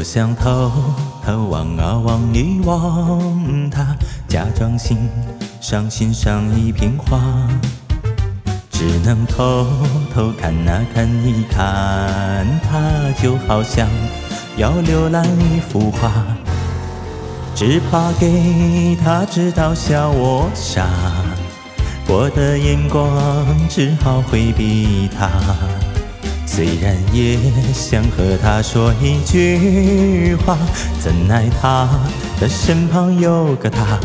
想偷偷望啊望一望他，假装欣赏欣赏一片花，只能偷偷看啊看一看他，就好像要浏览一幅画，只怕给他知道笑我傻，我的眼光只好回避他。虽然也想和他说一句话，怎奈他的身旁有个他。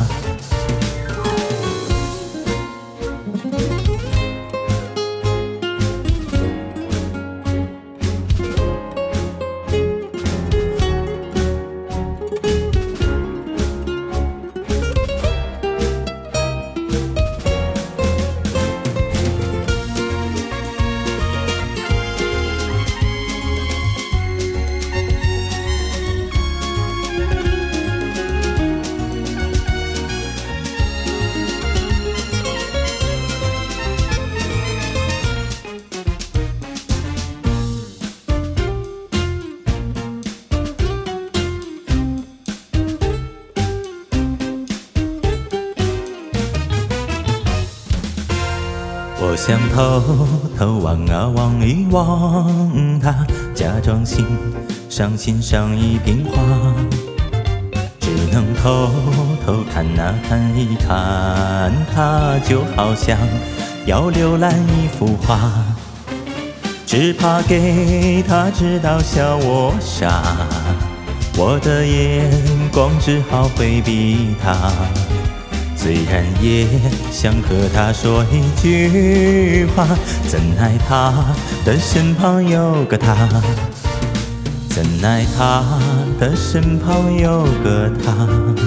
我想偷偷望啊望一望他，假装欣赏欣赏一片花，只能偷偷看啊看一看他，就好像要浏览一幅画，只怕给他知道笑我傻，我的眼光只好回避他。虽然也想和他说一句话，怎奈他的身旁有个他，怎奈他的身旁有个他，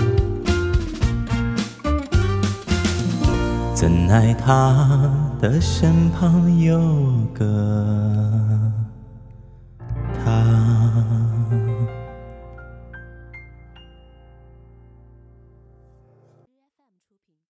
怎奈他的身旁有个他。